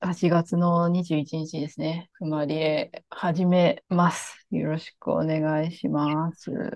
8月の21日ですね。くまりえ始めます。よろしくお願いします。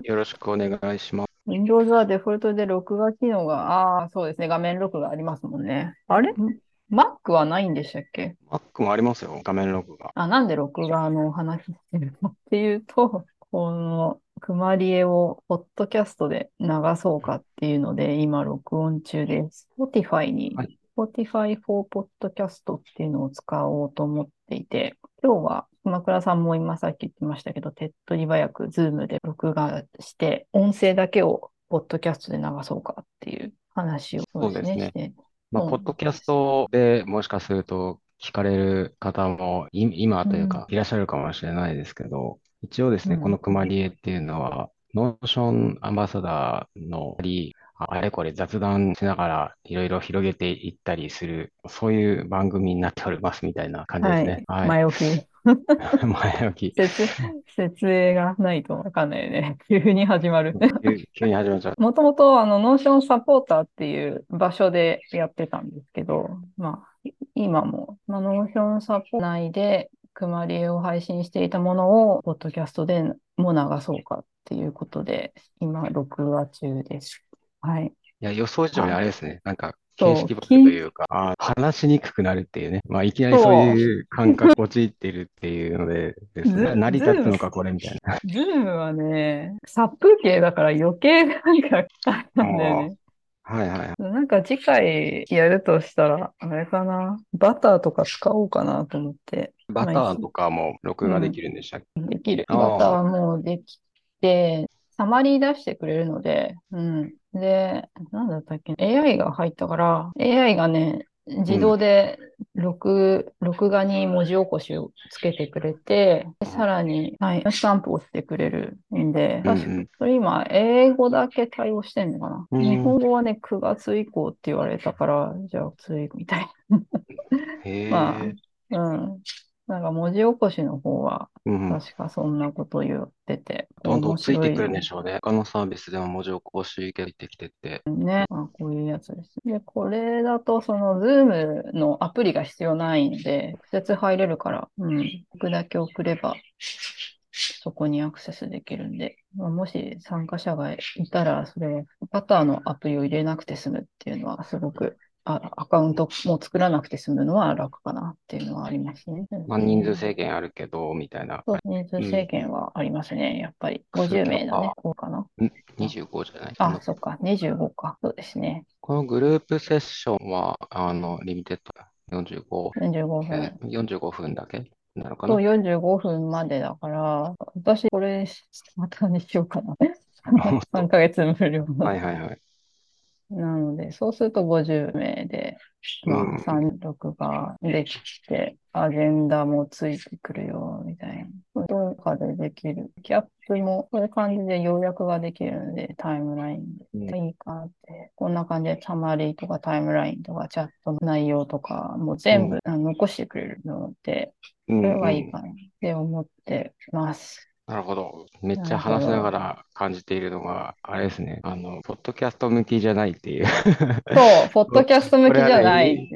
よろしくお願いします。 Windows はデフォルトで録画機能が、そうですね。画面録画ありますもんね。あれ ?Mac はないんでしたっけ？ Mac もありますよ、画面録画。 なんで録画のお話してるのっていうと、このくまりえをポッドキャストで流そうかっていうので、今録音中です。Spotify に、 はい。 Spotify for Podcast っていうのを使おうと思っていて、今日は熊倉さんも今さっき言ってましたけど、手っ取り早く Zoom で録画して、音声だけをポッドキャストで流そうかっていう話をそうですね、しそうですね。 て、 ポッそうなんドキャスです。 トでもしかすると聞かれる方も今といううん、 かいらっしゃるかもしれないですけど、一応ですね、こうん。 のくまりえっていうのは、ノーションアンバサダーのあれこれ雑談しながらいろいろ広げていったりする、そういう番組になっておりますみたいな感じですね。 はい。 はい。 前置き。 前置き。 説、説明がないとわかんないよね。急に始まる。 急に始まっちゃう。 もともと、ノーションサポーターっていう場所でやってたんですけど、今も、ノーションサポ内で、クマリエを配信していたものを、ポッドキャストでも流そうかっていうことで、今、録画中です。はい。 いや、予想以上にあれですね。なんか、形そう、 式バグというか、話しにくくなるっていうね。いきなりそうそいう感覚陥っているっていうのでですね。成りズーム、 立つのか、これみたいな。 ズームはね、殺風景だから余計なんか、あれあなんだよあ、 ね。 はいはいはい。 なんか次回やるとしたら、あれかな。バターとか使おうかなと思って。 バターとかも録画でうん、 きるんでしたっけ？ できる。バターああ、 はもうできて、サマリー出してくれるので、うん。で、なんだったっけ？ AI が入ったから、AI がね、自うん。 動で録画に文字起こしをつけてくれて、でさらに、はい、スタンプを押してくれるんで、確か、 うんそれ今、英語だけ対応してんのかな。 うん。 日うん。 本語はね、9月以降って言われたから、じゃあ、つい、みたいな。 へまえ。 あ、うん。なんか文字起こしの方は、 うん。 確かそんなこと言ってて、 どんどん面ついてくるん白いでしょうね。他のサービスでも文字起こしが出てきてて。 ね。こういうやつです。で、これだと、その Zoom のアプリが必要ないんで、直接入れるから、うん。送くだけ送れば、そこにアクセスできるんで、もし参加者がいたら、それをパターのアプリを入れなくて済むっていうのは、すごく、アカウントも作らなくて済むのは楽かなっていうのはありますね。そうです人数ね。 制限あるけど、みたいなそう、 感人数じ。うん。 制限はありますね。やっぱり複数 50 キャパ、 名だね。こうかな。 25じゅうごじゃないそっか。25か。そうですね。 このグループセッションは、リミテッド45、 45分。 45分だけなのかそう、 な？ 45分までだから、私これ、またにしようかな。 もっ 3 と。 ヶ月無料の。 はいはいはい。 なので、そうすると50名で、 うん。 36ができて、アジェンダもついてくるよ、みたいな。どうかでできる。キャップも、こういう感じで要約ができるので、タイムラインうん。 で。いいかなって。こんな感じで、サマリーとかタイムラインとか、チャットの内容とか、もううん。 全部残してくれるので、 うん。 それうん。 はいいかなって思ってます。 なるほど。めっちゃなるほ話しながど。 ら感じているのが、あれですね。ポッドキャスト向きじゃないっていう。 そう、ポッドキャスト向きじゃこれはね、 ないって。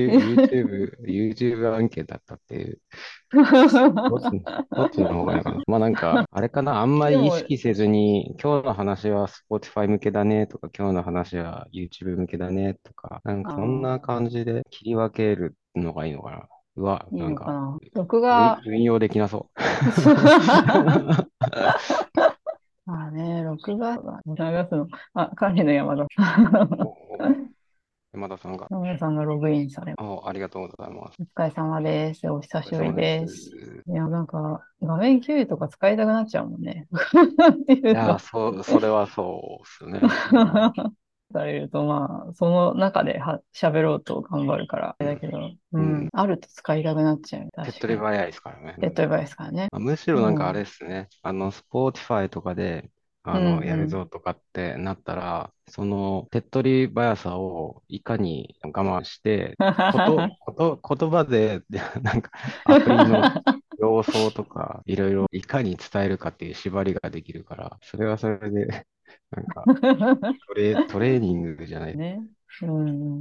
YouTube 案件だったっていう。どっち、どっちの方がいいのかな。なんか、あれかな、あんまり意でも、 識せずに、今日の話は Spotify 向けだねとか、今日の話は YouTube 向けだねとか、なんかそんなあ感じで切り分けるのがいいのかな。 いいなんか、 のかな。録画、 運用できなそまあね、録画、流すの。彼の山田。 う。山田さんが、 山田さんがログインされ、 ありがとうございます。 お疲れ様です。お久お疲しぶりれ様です。 です。いや、なんか、画面共有とか使いたくなっちゃうもんね。っていいやー、 うの。 それはそうっすよね。それは。 されると、その中で喋ろうと頑張るから。 うん。 だけど、ううん。 ん、あると使いたくなっちゃう。 手っ確かに。 取り早いですからね。 手っ取り早いですからね。 むしろなんかあれうん。 ですね。Spotify とかで、 うん、 やるうん。 ぞとかってなったら、その手っ取り早さをいかに我慢して、言葉で、なんかアプリの様相とか、いろいろいかに伝えるかっていう縛りができるから、それはそれでなんかトレーニングじゃない。 ね。うん。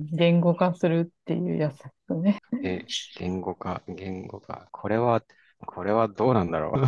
言語化するっていうやつですね。 え、言語化。これはどうなんだろう。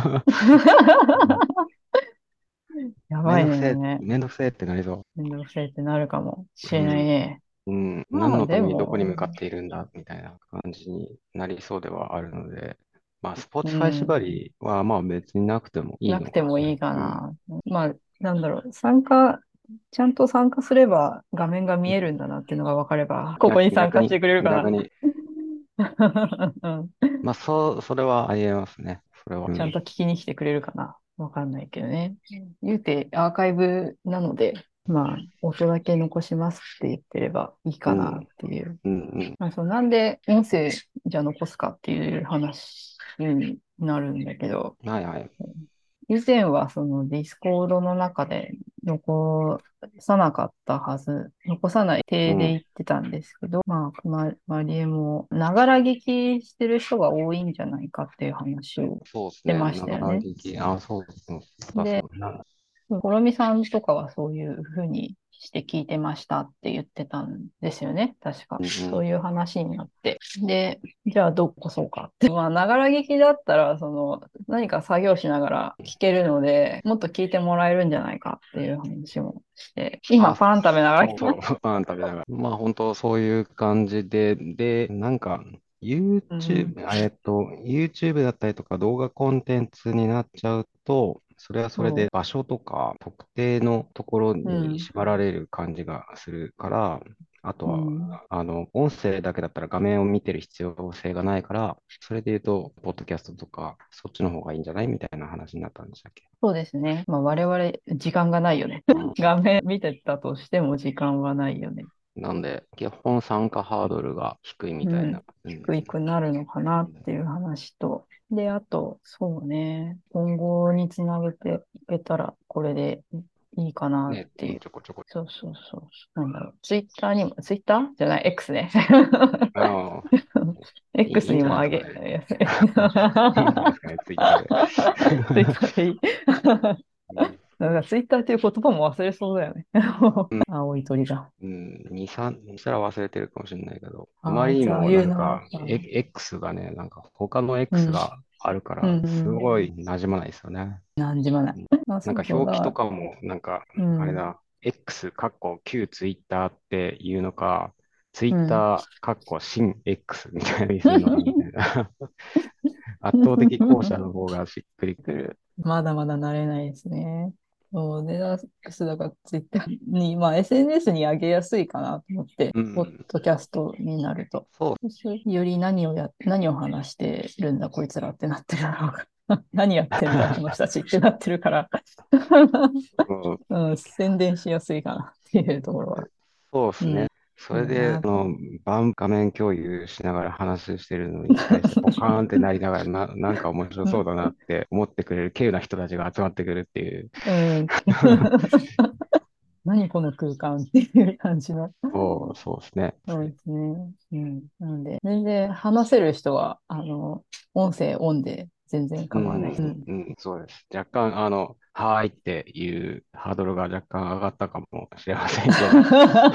やばいね。 めんどくせえってなりそめんどくせえってなるかもしう。うれないん。 ね。 うん。何まあのためにどこにでも、 向かっているんだみたいな感じになりそうではあるので、まあ、 う Spotify 縛ん。 りはまあ別になくてもいいなくてのか。 もいいかうん。 な。まあ、なんだろう。ちゃんと参加すれば画面が見えるんだなっていうのが分かれば、ここに参加してくれるかな。 逆に、 うん、 まあ、それはありえますね。それは。うん。 ちゃんと聞きに来てくれるかな。わかんないけどね。言うてアーカイブなので、まあ、音だけ残しますって言ってればいいかなっうん。 ていう。 うん。 まあ、なんで音声じゃ残すかっていう話になるんだけど、 はいはい。 以前はそのディスコードの中で残さなかったはず、残さないうん。 体で言ってたんですけど、マリエも、ながら聞きしてる人が多いんじゃないかっていう話をしてそうですね。ながましたよね。 ら聞き。あ、そうだで、 そうだ。 コロミさんとかはそういうふうにして聞いてましたって言ってたんですよね。確か。 うんうん。 そういう話になって。で、じゃあどこそうかって。まあ、ながら聞きだったら、何か作業しながら聞けるので、もっと聞いてもらえるんじゃないかっていう話もして、今あ、 パン食べながら聞きます。 そうそう。パン食べながら。まあ本当そういう感じで、なんかうん。 YouTube だったりとか動画コンテンツになっちゃうと、それはそれそで場所とか特定のところう。うにん。 縛られる感じがするから、あとは、 うん。 音声だけだったら画面を見てる必要性がないから、それで言うと、ポッドキャストとか、そっちの方がいいんじゃないみたいな話になったんでしたっけ？ そうですね。まあ我々時間がないよね。 うん。 画面見てたとしても時間はないよね。 なんで、基本参加ハードルが低いみたいな。 うん、 うん。 低くなるのかなっていう話と、で、あと、そうね、今後につなげていけたら、これでいいかなっね、 ていう。 ちょこちょこ。 そうそうそう。なんだろう。ツイッターにも、ツイッターじゃない、X ね。 ああ、い X いんじゃにもあげ、 ないですかね。いいんじゃないですかね、ツイッターで。 ツイッターでいい。 うん、 なんかツイッターっていう言葉も忘れそうだよね。青い鳥が。 うん、2、3、したら忘れてるかもしれないけど、あああいつああまりにもいうな。 X がね、なんか他のう X ん。 があるかうら、すん。 ごい馴染まないですよね。 何時もない。 うん。 あ、 なんかそうそうだ。 表記とかも、なんか、 うん。 あれだ、X、かっこ旧ツイッターっていうのか、ツイうん。 ッター、かっこ新 X みたいにするのかみたいな。圧倒的後者の方がしっくりくる。 まだまだ慣れないですね。そうで、X だからツイッターに、まあ SNS に上げやすいかなと思って、ポッうん。 ドキャストになると。 そう。 より何を話してるんだこいつらってなってるだろうか。何やってんだこの人たちってなってるから、 うん、 うん、宣伝しやすいかなっていうところは。 そうですね。 うん、 それで、 そうだな。 画面共有しながら話してるのに対して、ポカーンってなりながら、なんか面白そうだなって思ってくれる、稀有な人たちが集まってくるっていう。 うん。何この空間っていう感じの。 そうですね。 そうですね。うん。なので、全然話せる人は、音声オンで全然う構わない。うん、 ん。 うん、そうです。若干、はーいっていうハードルが若干上がったかもしれませんけど。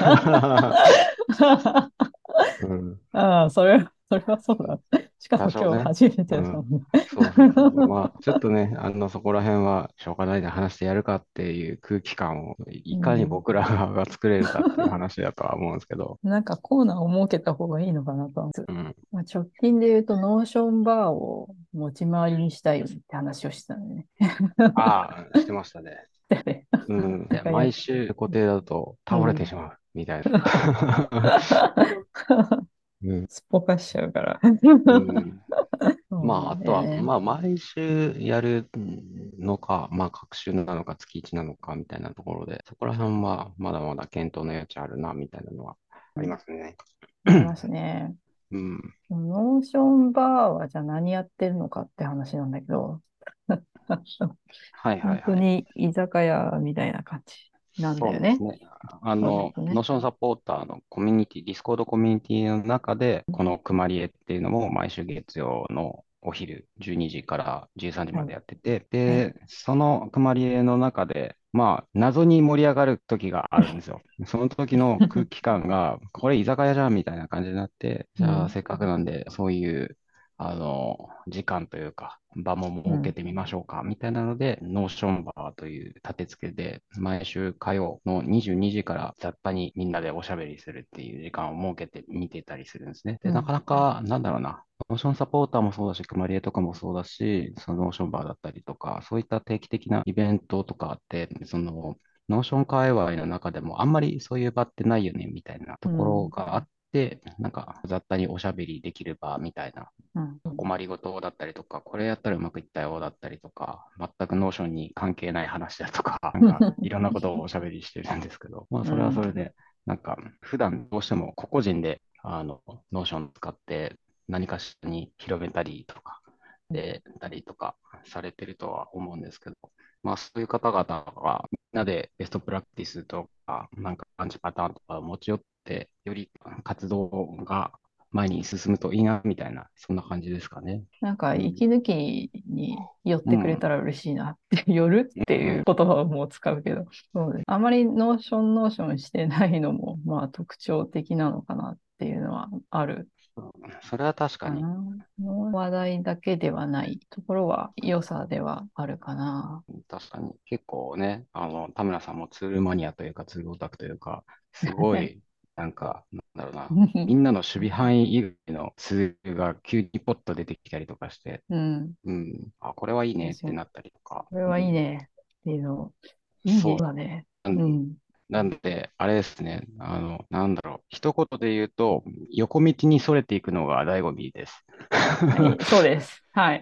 うん、 ああ、それはそうだ。しかも今日多少ね。 初めてうん。 だもんね。 そう。まあ、ちょっとね、そこら辺は、しょうがないで話してやるかっていう空気感を、いかにうん。 僕らが作れるかっていう話だとは思うんですけど、 なんかコーナーを設けた方がいいのかなと思って。 うん。 まあ、直近で言うと、ノーションバーを持ち回りにしたいよねって話をしてたんでね。 ああ、してましたね。 でうん。で、 なんかや、 毎週固定だと倒れてうん。 しまう、みたいな。うん。 すっぽかしちゃうから。 うん。まあ、 そうあとは、 ね。 まあ、毎週やるのか、まあ、各週なのか、月1なのか、みたいなところで、そこら辺は、まだまだ検討の余地あるな、みたいなのはありますね。 ありますね。 うん。 ノーションバーはじゃあ何やってるのかって話なんだけど、 はいはいはい。 本当に居酒屋みたいな感じなんだよね。 そうですね。 そうですね。 ノーションサポーターのコミュニティ、ディスコードコミュニティの中で、このクマリエっていうのも毎週月曜のお昼12時から13時はい。 までやってて、 はい。 で、そのくまりえの中で、まあ、謎に盛り上がる時があるんですよ。その時の空気感が、これ居酒屋じゃんみたいな感じになって、じゃあうん。 せっかくなんで、そういう、時間というか、場もうん。 設けてみましょうか、みたいなので、ノーションバーという立て付けで、毎週火曜の22時から雑多にみんなでおしゃべりするっていう時間を設けて見てたりするんですね。で、なうん。 かなか、なんだろうな、ノーションサポーターもそうだし、クマリエとかもそうだし、そのノーションバーだったりとか、そういった定期的なイベントとかって、ノーション界隈の中でもあんまりそういう場ってないよね、みたいなところうん。 があって、なんか雑多におしゃべりできる場みたいなうん。 お困りごとだったりとか、これやったらうまくいったよだったりとか、全くノーションに関係ない話だとか、なんかいろんなことをおしゃべりしてるんですけど、まあそれはそれで、なんか普段どうしても個々人でノーション使って何かしらに広めたりとか、で、たりとかされてるとは思うんですけど、まあそういう方々がみんなでベストプラクティスとか、なんかアンチパターンとかを持ち寄って、より活動が前に進むといいな、みたいな、そんな感じですかね。 なんか、 うん。 息抜きに寄っうん。 てくれたら嬉しいなって、寄るってうん。 いう言葉をもう使うけど、そうです。あまりノーションしてないのも、まあ特徴的なのかなっていうのはあるそれは確かに。 かな。の話題だけではないところは良さではあるかな。 確かに。結構ね、田村さんもツールマニアというか、ツールオタクというか、すごい、なんか、なんだろうな、みんなの守備範囲以外のツールが急にポッと出てきたりとかして、 うん。 うん、あ、これはいいねっですよ。 てなったりとか、 これはいいうん、 ねっていうの。いいね。 そう。 そうだね。 なんうん。 なんで、あれですね、なんだろう、一言で言うと、横道にそれていくのが醍醐味です。 はい、そうです。はい。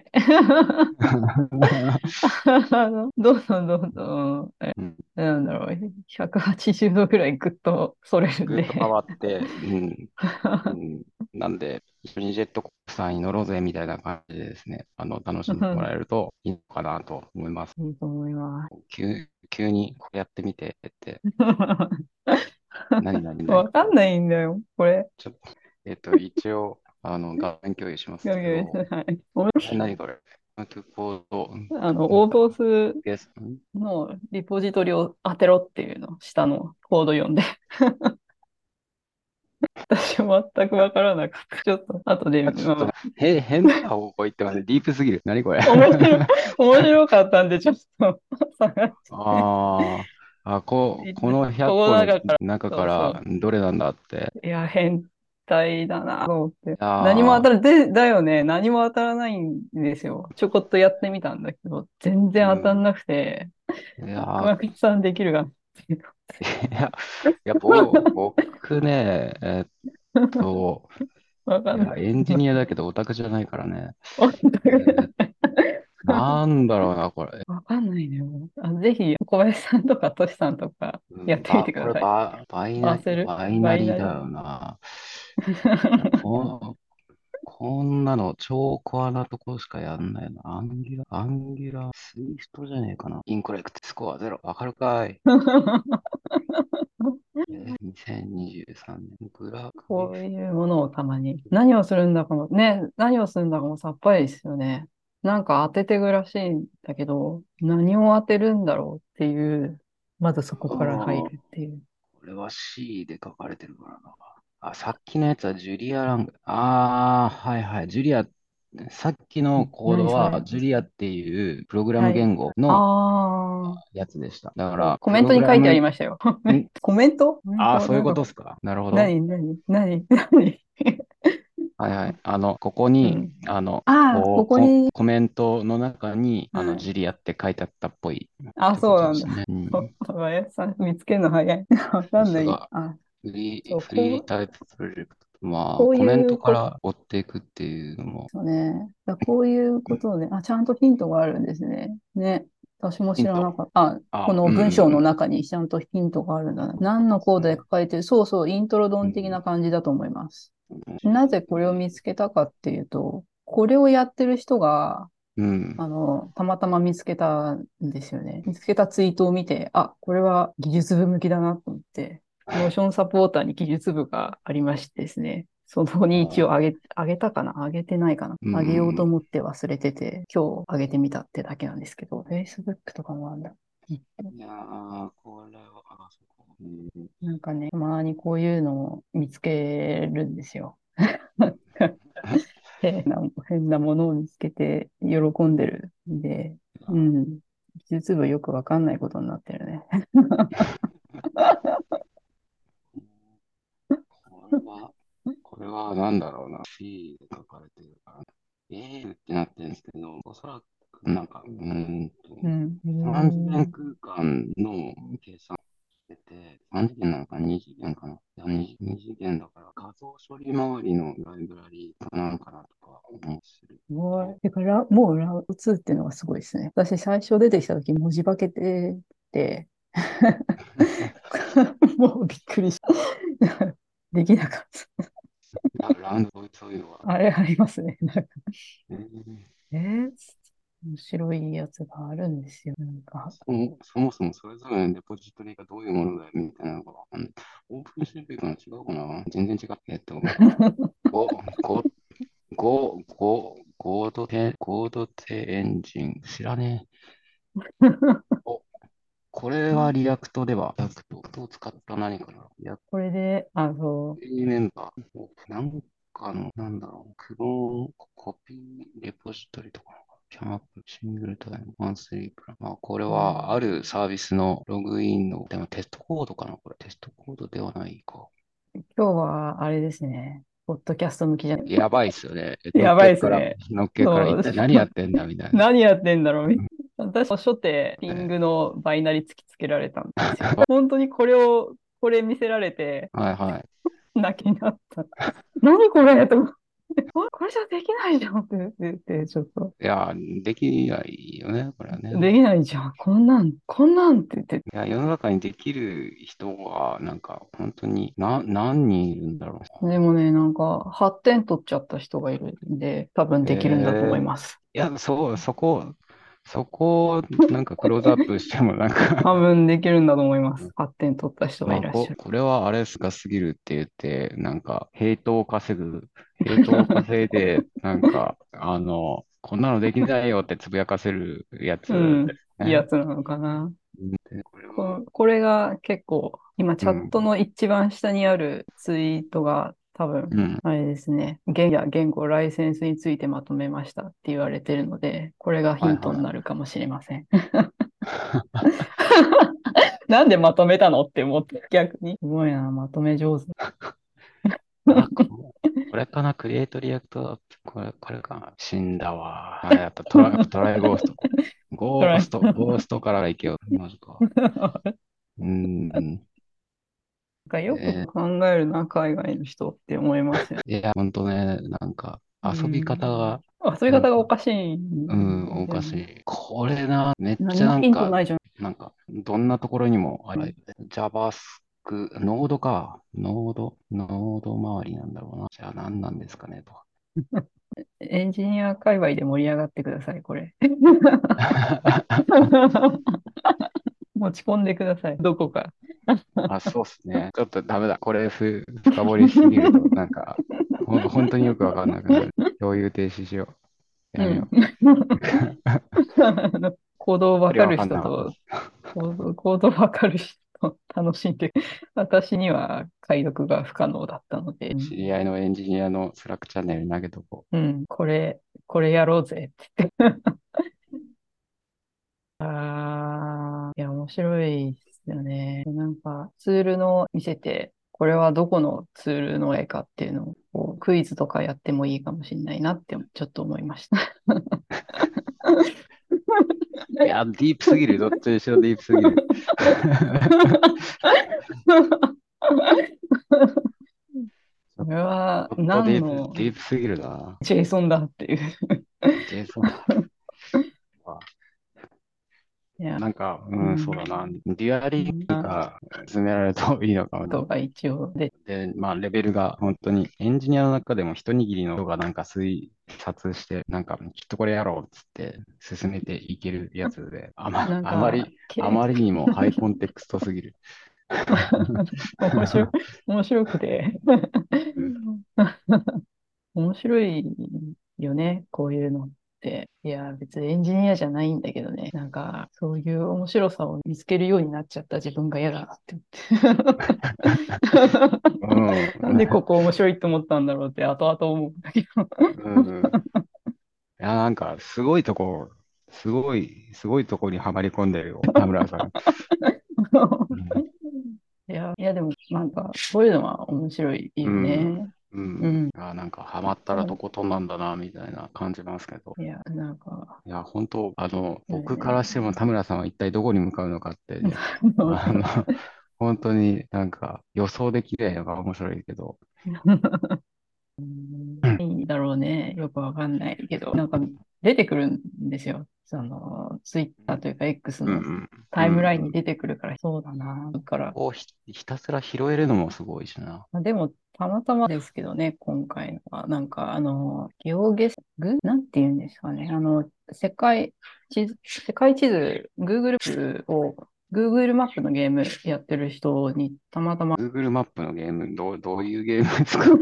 どんどんどんどん、 うん、 なんだろう、180度ぐらいぐっとそれるんぐっと変で。 わって、うん、なんで、一緒にジェットコースターに乗ろうぜみたいな感じでですね、楽しんでもらえるといいのかなと思います。 いいと思います。 急にこれやってみてって、何何何わかんないんだよ、これ。 ちょっと、一応、画面共有しますいやいやいけど、 や、はい。ごめん。 何これコード、 オートスゲス、んのリポジトリを当てろっていうの、下のコード読んで。私も全くわからなかった。ちょっと、後で、 あ、ちょっとな、変な方向行ってますね。ディープすぎる。何これ。 面白い、面白かったんで、ちょっと探してあこの100 ここ個のの中から、 中からそうそどれなんだって。 う。いや、変態だなと思って。何も当ああ、 たる、で、だよね。何も当たらないんですよ。ちょこっとやってみたんだけど、全然うん。 当たんなくて、 いやー、 熊口さんできるがっていう。 いや、僕ね、と、 わかんない。 エンジニアだけどオタクじゃないからね。 わかんえーなんだろうな、これ。 ないね。もうぜひ、小林さんとかトシさんとかうん、 やってみてくこれださい。 バイナバイナリ。 リーだよな。いや、こんなの超コアなとこしかやんないな。アンギュラー、スイフトじゃねえかな。インコレクトスコアゼロ。わかるかい。2023年。グラクリこうフ。 いうものをたまに。何をするんだかも、ね、何をするんだかもさっぱりですよね。なんか当ててくらしいんだけど、何を当てるんだろうっていう、まずそこあから入あ、 るっていう。 これは C で書かれてるからな。あ、さっきのやつはジュリア・ラング。ああ、はいはい。さっきのコードは何それ。 ジュリアっていうプログラムはい。 言語のああ、 やつでした。だかそう、 ら、 コプメントに書いてあログラム、 りましたよ。コメント、 そういうなんか、 ことですか。なるほど。 何はいはい。ここに、 うん。ああ、ここに、 コメントの中に、 はい。 ジュリアって書いてあったっぽいっあ、 てこそうなんだ。 とですね。うそうん。 小林さん見つけるの早い。わかんない。 さすが。 あ、そう、 フリータイププロジェクト。まあ、 こうコメントいうこから追っていくっていうのも、 とね。こういううんことをね、あ、ちゃんとヒントがあるんですね。ね。私も知らヒント。 なかった。あ、このうん文章のうん中にちゃんとヒントがあるんだな。何のコードで書かれてる、そうそう、イントロドうん。 ン的な感じだと思います。 うん。 なぜこれを見つけたかっていうと、これをやってる人が、 うん。 たまたま見つけたんですよね。見つけたツイートを見て、あ、これは技術部向きだなと思って、ノーションサポーターに技術部がありましてですね。 そこに一応ああげたかなあげてないかなうんうあげようとん思って忘れてて、今日あげてみたってだけなんですけど、Facebook とかもあるんだ。 うん。いやー、これは、そこ。 なんかね、たまにこういうのを見つけるんですよ。変なものを見つけて喜んでるんで、うん。技術部よくわかんないことになってるね。 これはなんだろうな。C で書かれてるから、A ってなってるんですけど、おそらく、 うん。 3次元空間の計算してて、3次元なのか2次元かな。いや2次元だから画像処理周りのライブラリなのかなとか思うするすごい。 と、 だから、もうラウ2っていうのがすごいですね。私最初出てきた時文字化けてて、もうびっくりした。できなかった。 ラウンドそういうのは、 あれありますね。なんかえーえー面白いやつがあるんですよ。なんか、 そもそもそれぞれのレポジトリがどういうものだよみたいなのがわかんない。オープンシンプルかな違うかな全然違う。ゴ、コードテエンジン。知らねえ。お、これはリアクトでは、リアクトを使った何かなリアクこれで、 トメンバー。なんかの、なんだろう。クローン、コピーレポジトリとかなのかなキャンプ、シングルタイム、マンスリープラン。まあ、これはあるサービスのログインの、でもテストコードかなこれテストコードではないか。 今日はあれですね。ポッドキャスト向きじゃない。 やばいっすよね。 やばいですね。 のっけからそう。 一体何やってんだみたいな。 何やってんだろうみたいな。私、初手、ピングのバイナリ突きつけられたんですよ。本当にこれ見せられて、 はいはい。 泣きになった。何これと思って、これじゃできないじゃんって言って、ちょっと、 いや、できないよね、これはね。 できないじゃん。こんなんって言って。 いや、世の中にできる人は、なんか、本当に、何人いるんだろでもね、なんか、8点取っちゃった人がいるんで、多分う。 できるんだと思います。 いや、そこを、なんかクローズアップしても、なんか多分できるんだと思います。8点取った人がまあ、 いらっしゃる。 これはあれすかすぎるって言って、なんか、ヘイトを稼いで、なんか、こんなのできないよってつぶやかせるやつうん。 ですね。 いいやつなのかな。 で、これは、 これが結構、今チャッうん、 トの一番下にあるツイートが多分、 うん、 あれですね。言語、ライセンスについてまとめましたって言われてるので、これがヒントにはいはい。 なるかもしれません。なんでまとめたのって思って、逆に。すごいな、まとめ上手。 これかな、クリエイトリアクト、これかな、死んだわ。あ、やっぱトライゴースト。ゴーストから行けよ。マジか。うーん。 よくえ考えるな、海外の人って思いますよね。 いや、ほんとね、なんか、 う遊び方ん。 が、 遊びなんか、 方がおかしいんおですよね。 かしい。これな、めっちゃ何もヒントないじゃん。 なんか、どんなところにも、 うんノードか。ノード周りなんだろうな。じゃあ何なんですかね、と。 エンジニア界隈で盛り上がってください、これ。持ち込んでください、どこか。 あ、そうっすね。ちょっとダメだ。これ深掘りしすぎると、なんか、本当によくわかんなくなる。共有停止しよう。 うん。 やめよう。 行動わかるわかん人と、 なかったです。 行動わかる人と楽しんで、私には解読が不可能だったので、 知り合いのエンジニアのスラックチャンネルに投げとこうん、これやろうぜって言って。いや、面白いですよね。なんか、ツールの見せて、これはどこのツールの絵かっていうのを、こうクイズとかやってもいいかもしれないなってちょっと思いました。 う。いや、ディープすぎる。どっちにしろディープすぎる。 これはちょっとデ何のィープすぎるな。 JSON だっていう。 ジェイソン。 いや、 なんか、 うそうだな。 ん。 デュアリングが進められるといいのかもな。 とが一応で、 で、まあ、レベルが本当に、エンジニアの中でも一握りの人がなんか推察して、なんか、ちょっとこれやろうっつって進めていけるやつで、 なんか、 あまりにもハイコンテクストすぎる。 面白い、面白くてうん。 面白いよね、こういうのって。いや、別にエンジニアじゃないんだけどね。なんか、そういう面白さを見つけるようになっちゃった自分が嫌だなって思って。 うん。 なんでここ面白いって思ったんだろうって後々思うんだけど。 うん。いや、なんか、すごいとこにはまり込んでるよ、田村さん。うん。 いや、でも、なんか、そういうのは面白いうよん。 ね。 うん。 うん。 なんか、ハマったらとことんなんだな、みたいな感じますけど。 いや、なんか、 いや、本当、僕からしてね、 も田村さんは一体どこに向かうのかってね、あの、本当になんか予想できないのが面白いけど。 いいんだろうね。よくわかんないけど、なんか出てくるんですよ。その、ツイッターというか X のうん、うん、 タイムラインにうん。 出てくるから、そうだな。だから、 をひたすら拾えるのもすごいしな。 まあでも、たまたまですけどね、今回のは。なんか、ゲオゲスグなんて言うんですかね。世界地図、Google マップを、Google マップのゲームやってる人にたまたま Google マップのゲーム、どういうゲームですか？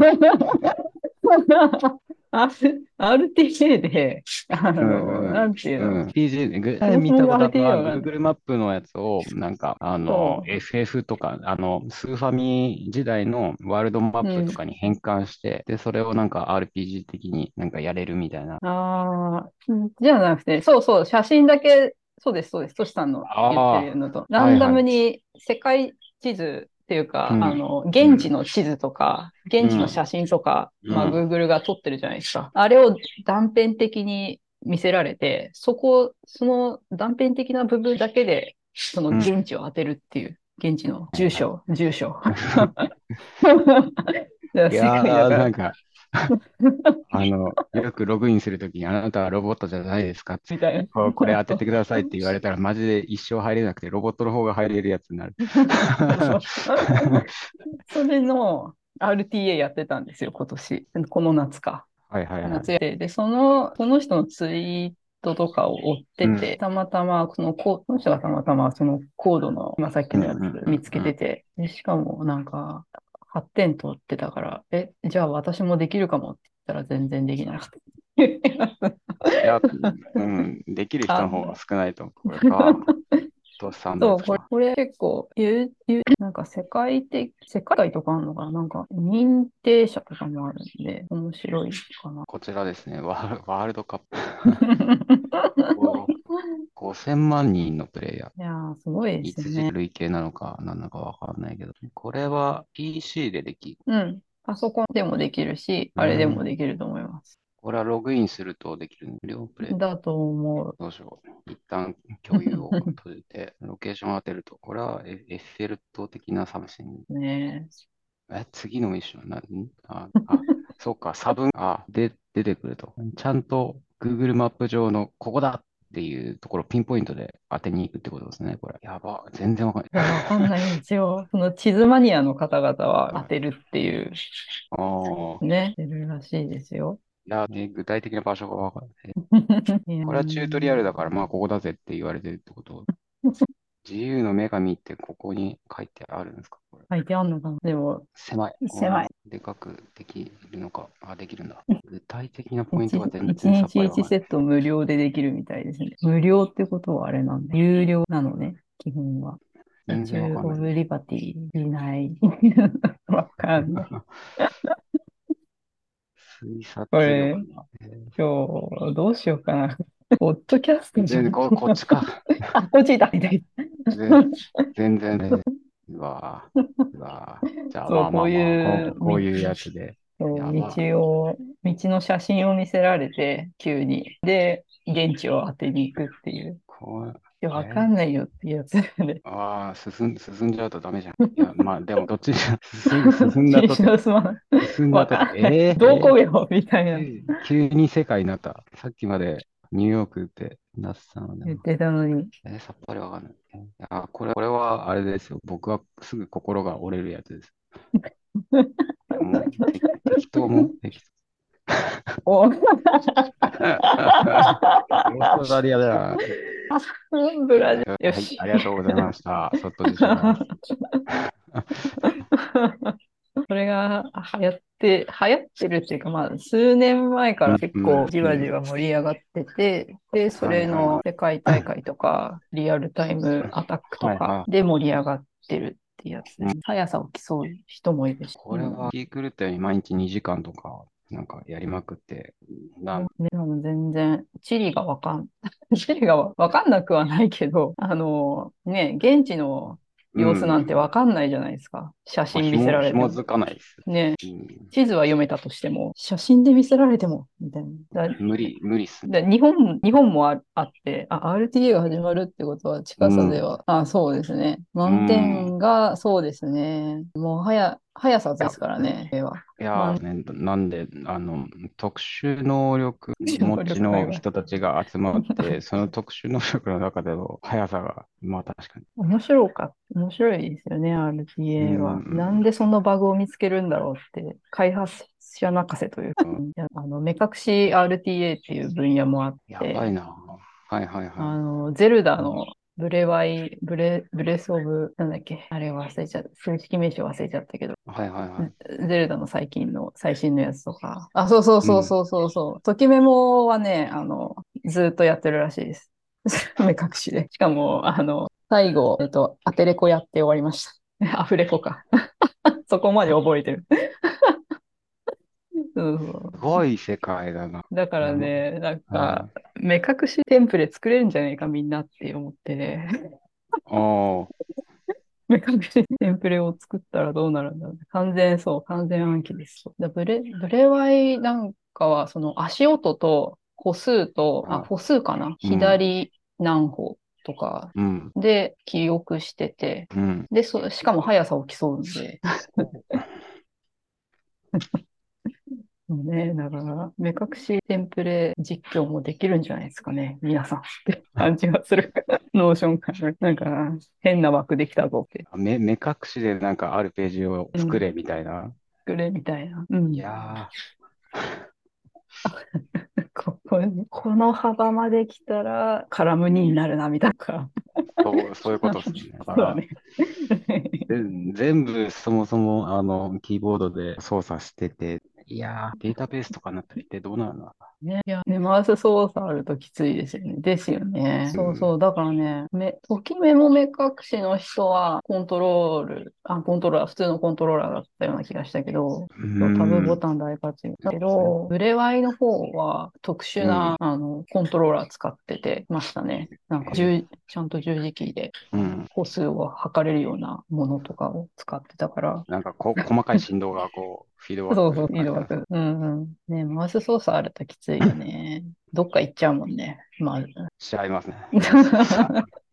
RTA で、 うんうん。 なんていうの、 うん。PG、見そもそもたことあるの RTA は、 わかんない。 Google マップのやつを、なんか、 そ FF とか、スーファミ時代のワールドマッう。うん。 プとかに変換して、で、それをなんか RPG 的になんかやれるみたいな。 ああ、じゃなくて、そうそう、写真だけ、そうです、そうです、トシさんの言ってるあのと、 あ、 ランダはいはい。 ムに世界地図っていうか、 うん。う現地ん。 の地図とか、現地の写うん。 真とか、まあ、 うん。 Google が撮ってるじゃないですか。あれを断片的に見せられて、その断片的な部分だけで、そのうん。 現地を当てるっていう、現地のはいはい。 住所。だからい世界だやー、 から、 なんか、よくログインするときに、あなたはロボットじゃないですかって、 みたいな。 これ当ててくださいって言われたら、マジで一生入れなくて、ロボットの方が入れるやつになる。 そうそう。それの RTA やってたんですよ、今年。この夏か。 はいはいはい。 夏やって。で、この人のツイートとかを追ってて、 うん。 たまたま、この人がたまたまそのコードの、今さっきうんうのやつ見つんうんうん。 けてて、で、しかもなんか、8点取ってたから、じゃあ私もできるかもって言ったら全然できなくて。 いや、うん、できる人の方があ、 少ないと思う。これか、トシさんのやそう、 つか。 これ結構、なんか世界とかあるのかななんか認定者とかもあるんで、面白いかな。 こちらですね、ワールドカップ。5000万人のプレイヤー。 いやー、すごいですよ一時ね。 累計なのか何なのかわかんないけど、これは PC でできる。 うん。パソコンでもできるし、あれでもうん。 できると思います。 これはログインするとできる無料プレイ。 だと思どうしよう。一旦共有を閉じて、ロケーションを当てると、これはエッフェル塔的なサムシング。 うね。 次のミッション、そうか、出てくると。ちゃんと Google マップ上のここだっていうところをピンポイントで当てに行くってことですね、これ。やば、全然わかんない。 いや、わかんないんですよ。その地図マニアの方々は当てるっていう、 ああ、 ね、出るらしいですよ。 いや、具体的な場所がわかんない。 いやこれはチュートリアルだから、 ー、 まあ、ここだぜって言われてるってこと。自由の女神ってここに書いてあるんですか？これ書いてあんのかなでも、 狭い。 狭い。 でかくできるのか。できるんだ。具体的なポイントが全一然さっぱ日一りわかんない。 セット無料でできるみたいですね。無料ってことはあれなんだ。有料なのね、基本は。 全然わ中かんない。 オブリバティいない。わかんない。 推察これ、 力が。 今日、どうしようかな。ポッドキャストじゃん。 こっちか。 あ、こっちだ。 ぜ全然ね。うわじゃあ、 そう、こういうこういうやつで。 そうやば。 道の写真を見せられて、急に。で、現地を当てに行くっていう。 こう、 いや、わかんないよっていうやつで。 進んじゃうとダメじゃん。いや、まあ、でも、どっちにしろ進んだとて、 新種のすまない。わ進んだとて、 かんない。どこよみたいな。 急に世界になった。さっきまでニューヨークってなってたのでも、 言ってたのに。 さっぱりわかんない。これはあれですよ。僕はすぐ心が折れるやつです。いや、もう、適当も適当。 おオーストラリアだな。 ブラジル。よはい、 し。 ありがとうございました。そっと自習です。 それが流行ってるっていうか、まあ、数年前かうん、 ら結うん、 構じわじうん。 わ盛り上がってて、で、そはい、はい、 れのはい。 世界大会とか、リアルタイムアタックとはい、 かはい。 で盛り上がってるっていうやつうん、 です。速さを競う人もいるし。 これは、気狂ったように毎日2時間とか、なんかやりまくって、 ね、全然、地理が地理がわかんなくはないけど、ね、現地のう様子なんてん。 わかんないじゃないですか。写まあ、 真見せられても。 紐づかないです。 ね、 うん。 地図は読めたとしても、写真で見せられても、みたいな。 無理っすね。 日本もあって、RTA が始まるってことは近さでうん。 は、そうですね。 う満ん。 点が、そうですね。もう速さでいや、 すからね、A は。満いやーね、なんで、特殊能力点能持ち力界隈。 の人たちが集まって、その特殊能力の中での速さが、まあ確かに。 面白いですよね、 う RTA は。なんん。 でそのバグを見つけるんだろうって、開発者泣かせというか、いや目隠し RTA っていう分野もあっやばいて、 な。はいはいはい。 ゼルダのブレスオブ、なんだっけ、あれ忘れちゃった、正式名称忘れちゃったけど、 はいはいはい。 ゼルダの最新のやつとか、そうそううん。 そうそうそうそう、ときメモはね、ずっとやってるらしいです。目隠しで。しかも、最後、アテレコやって終わりました。アフレコか。そこまで覚えてる。そうそすごい世界だな。 う。だからなるほど。 ね、なんか、 はい。 目隠しテンプレ作れるんじゃないか、みんなって思ってね。 おー、 目隠しテンプレを作ったらどうなるんだろうね。完全暗記です。ブレワイなんかは、その足音と歩数と、 あ、 歩数かなうん、 左何歩とかうん、 で記憶してて、 うん。 で、しかも速さを競うんで、もうね、だから、目隠しテンプレ実況もできるんじゃないですかね。皆さんって感じがする。ノーションから。なんか、変な枠できたぞって。 目隠しでなんかあるページをうん。 作れみたいな。 くれみたいな。ういん。 やこの幅まで来たら、カラムニになるな、みたいな。 そういうことですね。だかそうだら、 ね。 全部そもそもキーボードで操作してて、いやー、データベースとかになったら一体どうなるの？ ね、いや、ね、マウス操作あるときついですよね。ですよね。 うん、 だからね、ときメモ目隠しの人は、コントローラー、普通のコントローラーだったような気がしたけど、 うそうタブボん、 タン大活用だけそうですね。 ど、ブレワイの方は特殊な、 うん。 コントローラー使っててましたね。なんか、 えちゃんと十字キーで、 うん。 歩数を測れるようなものとかを使ってたから、 なんか細かい振動がこう、フィードバックすそうそう、 る感じなんですか？ うんうん。ね、マウス操作あるときついよね。どっか行っちゃうもんね。まあ。 しちゃいますね。もうさ、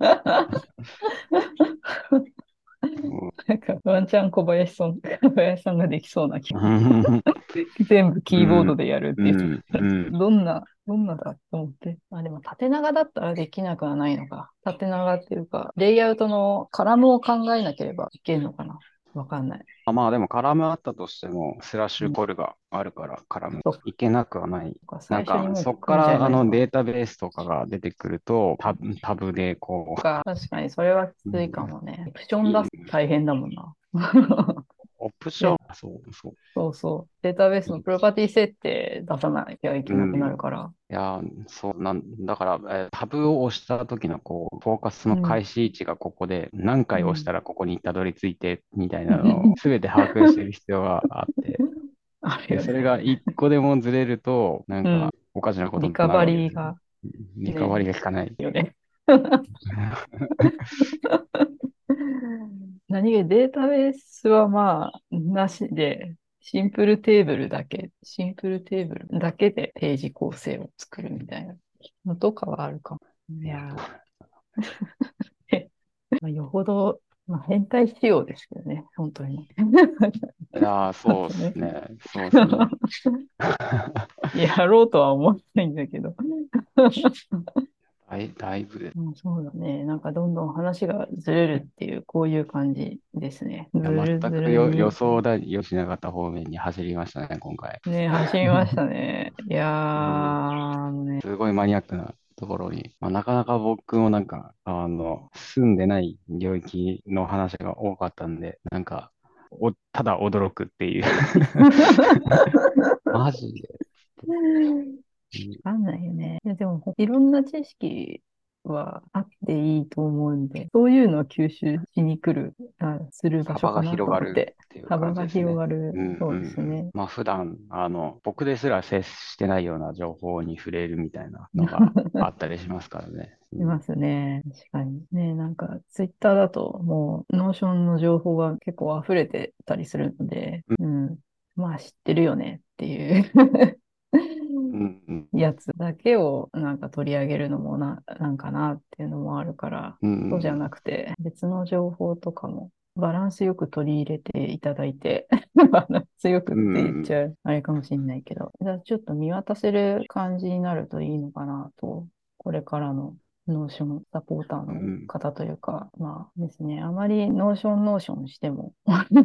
もなんか、ワンチャン小林さんができそうな気。 う、うん、 全部キーボードうん、 でやるって言ってうん、 たら、 うん。 どんなだと思って。でも縦長だったらできなくはないのか。縦長っていうか、レイアウトのカラムを考えなければいけるのかな。わかんない。 まあでもカラムあったとしても、スラッシうん、 ュコルがあるから、カラムそっいけなくはない。なんか、 最初にもうそっか組んじゃえらばいいのか。 データベースとかが出てくると、タブでこ確かにそれはきう、うついかん、 もね。オプション出いすと大変だもんな。 オプショで、 ン、そうそう。 そうそう。データベースのプロパティ設定出さなきゃいけなくなうん。 るから。 いやそうだから、タブを押した時のこう、フォーカスのうん。 開始位置がここで、何回押しうん。 たらここにたどり着いて、みたいなのを全て把握してる必要があって、 あるで、 よね。 それが一個でもずれると、なんうん。 か、おかしなことにリカバなるわけですよ。 リーがリカバリね、 が効かない。 よね。何気にデータベースはまあ、なしで、シンプルテーブルだけでページ構成を作るみたいなのとかはあるかも。いいや、 やー、まあ、よほど、まあ、変態仕様ですけどね、本当に。 そうであとね、 すね。そうですね。 やろうとは思わないんだけど。 だいぶで。 うん、そうだね。なんかどんどん話がずれるっていう、こういう感じですね。ずいや、 るず全くるに。 予想だにしなかった方面に走りましたね、今回。 ね、走りましたね。いやー、 すごいマニアックな。 ところに、まあ、なかなか僕もなんか、住んでない領域の話が多かったんで、なんか、ただ驚くっていうマジで。うんわかんないよね。いや、でも、いろんな知識はあっていいと思うんで、そういうのを吸収しに来る、する場所幅がかな広がると思って、 っていう幅が感じですね。 広がる、 うんそうですうんうん。 ね。 まあ普段、僕ですら接してないような情報に触れるみたいなのがあったりしますからね。うん、 いますね。確かに。ね、なんか、ツイッターだと、もう、ノーションの情報が結構溢れてたりするので、うん。まあ、知ってるよねっていううんうんやつだけをなんか取り上げるのもなんかなっていうのもあるから、 うんうそうじゃんなくて、別の情報とかもバランスよく取り入れていただいて、バランスよくっうんて言っうんちゃう、あれかもしれないけど、じゃあちょっと見渡せる感じになるといいのかなと、これからのノーションサポーターのうん方というか、まあですね、あまりノーションしても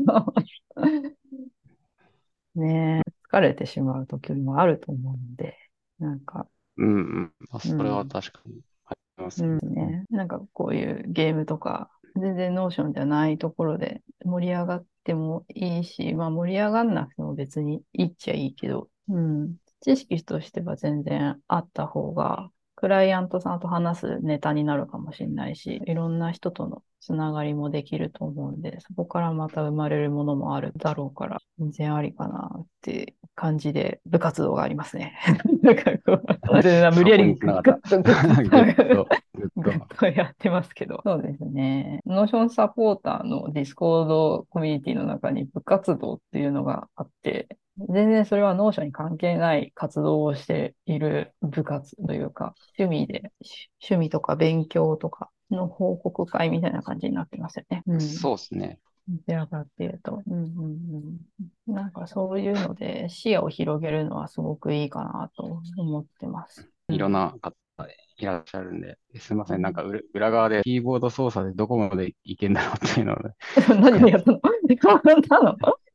ね、疲れてしまう時もあると思うので、なんか、 うんうん。まあ、それはうん、 確かにありますうんよね。うんね、なんかこういうゲームとか、全然ノーションじゃないところで盛り上がってもいいし、まあ盛り上がんなくても別にいいっちゃいいけど、うん、知識としては全然あった方が、クライアントさんと話すネタになるかもしれないし、いろんな人とのつながりもできると思うんで、そこからまた生まれるものもあるだろうから、全然ありかなって感じで部活動がありますね。なんかこう、で無理そこやりに繋がった。 グッとぐっと、ぐっぐっと。 とやってますけど。そうですね。ノーションサポーターのディスコードコミュニティの中に部活動っていうのがあって、全然それはノーションに関係ない活動をしている部活というか、趣味とか勉強とかの報告会みたいな感じになってますよね。うん。 そうですね。 どちらかっていうと。うんうんうん。なんかそういうので視野を広げるのはすごくいいかなと思ってます。ういろんん。 な方いらっしゃるんで、すみません。なんか裏側でキーボード操作でどこまでいけんだろうっていうので、 何でやったのやったの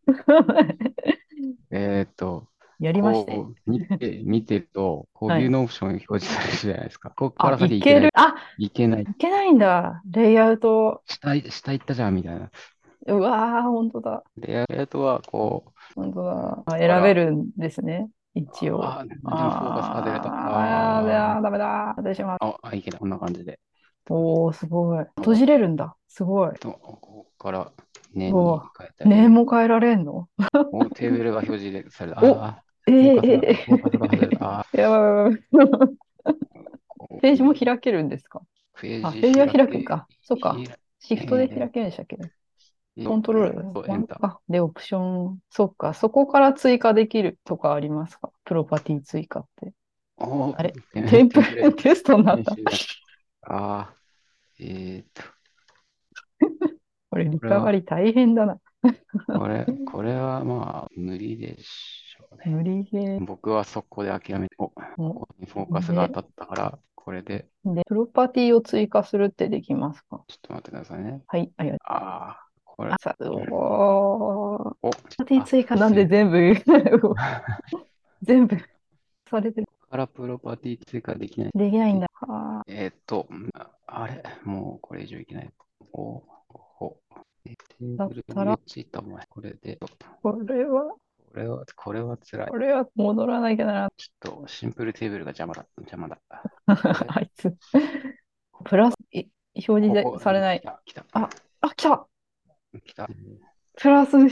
やりまして。 こう見てると、こうはい。 ビューのオプション表示されるじゃないですか。ここかあ、 ら先いける。 いけない、 あ、 いけない、 いけないんだ。レイアウト。 下行ったじゃんみたいな。 うわー、本当だ。 レイアウトはこ本当だ。 う、 あ、 から、 選べるんですね。一応。 フォーカス外れた。 ダメだ。出てしまう。 いけない。こんな感じで。 おー、すごい。閉おじれるんだ。すごい。 ここから年おー、 に変えたネーり、 ムも変えられんの？ テーブルが表示された。 お、 フォーカスが外れた。 やばいやばいやばい。 こページもう開けるんですか？あ、 ページページは開け、 開くか。そっか。シフトで開けるんでしたっけね。コントロールエンター。 あ、で、オプション。そっか。そこから追加できるとかありますか？プロパティ追加って。 おー、 あれテンプレテンプレテストになった。 編集だ。あー、えーっと、 これ、リこれは、 カバリ大変だな。 これはまあ、無理でしょうね。 無理ゲ僕はそこで諦めて、こーこにフォーカスがで、 当たったから、これで、 プロパティを追加するってできますか？ ちょっと待ってくださいね。 はい、ありがとこれ、 う。 うん、 おー。パティあ、 追加なんで全部全部されてる。 からプロパティ追加できない。 できないんだ。はあ、 あれもうこれ以上いけない。おほテーだっブルたら、 についたお前。これで、 これは、 これは辛い。 これは戻らなきゃならない。 ちょっとシンプルテーブルが邪魔だ。これ、 あいつ。プラス、表示でここ、 されない。 来た。 あ、来た。 来た。 プラス、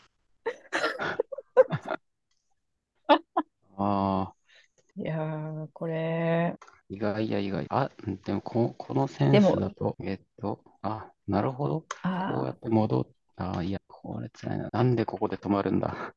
ああ、 いやー、これ、 意外。でもこのセンでも、 スだと、なるほど。こうやあって戻った。いや、これ辛いな。なんでここで止まるんだ。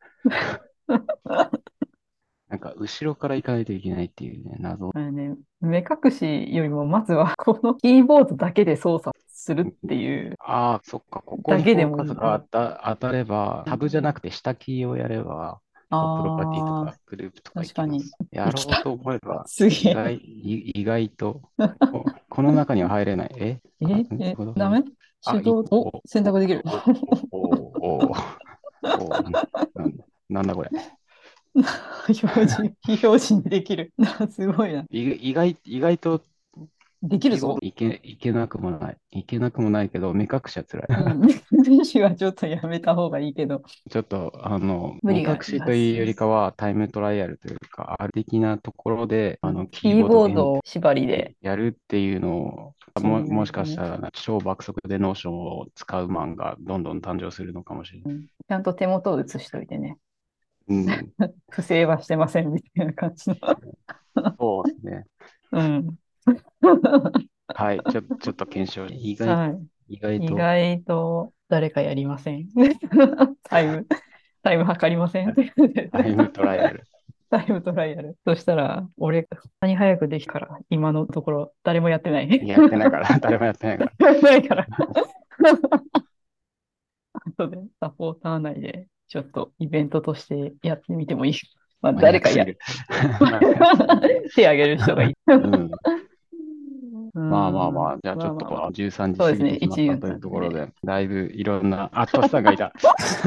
なんか、後ろから行かないといけないっていうね、謎。 あのね、目隠しよりも、まずは、このキーボードだけで操作するっていうそっか、ここだけでにフォーカスがも、 当たれば、タブじゃなくて下キーをやれば、こうプロパティとああかグループとかい確かに。 けます。やろ来た。 うと思えば、 すげえ。 意外とこの中には入れない。なるほど。 ダメ？手動、選択できる。 お、なんだこれ。 非表示にできる。すごいな。 意外とキーボードできるぞ。 いけなくもない。いけなくもないけど、目隠しは辛い。 うん。電子はちょっとやめた方がいいけど、 ちょっと、目無理があ隠しとります。 いうよりかは、タイムトライアルというか、ある的なところで、 うん、 キーキーボードをボードを縛りで、 やるっていうのを、 かもしれないもしですね。 かしたら、超爆速でノーションを使うマンがどんどん誕生するのかもしれない。 うん、ちゃんと手元を写しといてね。 うん。 不正はしてませんみたいな感じの。 そうですね。 うん。 はい。ちょっと検証。 はい。意意外と、 外と誰かやりません。タイム、タイム測りません。 タイムトライアル。 タイムトライアル。そしたら、俺、こんなに早くできたから、今のところ誰もやってない。 やってないから、誰もやってないから。 やってないから。後でサポーター内でちょっとイベントとしてやってみてもいい。まあ、 マニアッ誰かや、 クすぎる。マニアックすぎる。 手挙げる人がいい。 うん。 うまあまあん。 まあ、じゃあちょっとまあまあまあ。 13時そうですね。 過ぎてしまっ一遊たというところ間で。 で、だいぶいろんな、あ、トシさんがいた。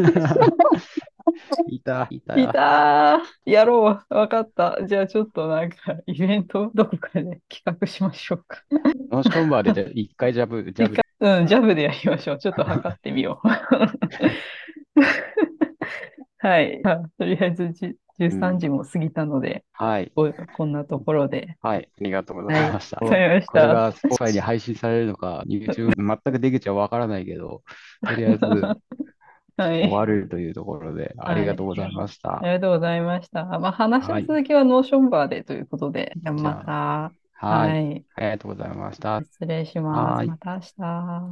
いたいよ。 たー。やろう。わかった。じゃあちょっとなんか、イベントどこかで企画しましょうか。 ノーションバーでじゃあ一回ジャブで。 うん、ジャブでやりましょう。ちょっと測ってみよう。はい。とりあえず13 うん。 時も過ぎたので、 はい。 こんなところで。 はい。ありがとうごはい。 ざいました。 わかりましこれた。 が Spotify に配信されるのか、YouTube、全く出口はわからないけど、とりあえずはい。 終わるというところで、ありはい。 がとうございました。 ありがとうございました。まあ、話のはい。 続きはノーションバーでということで、じゃあまじゃた。 あ、はい。 はい。 ありがとうございました。 失礼します。 はい。 また明日。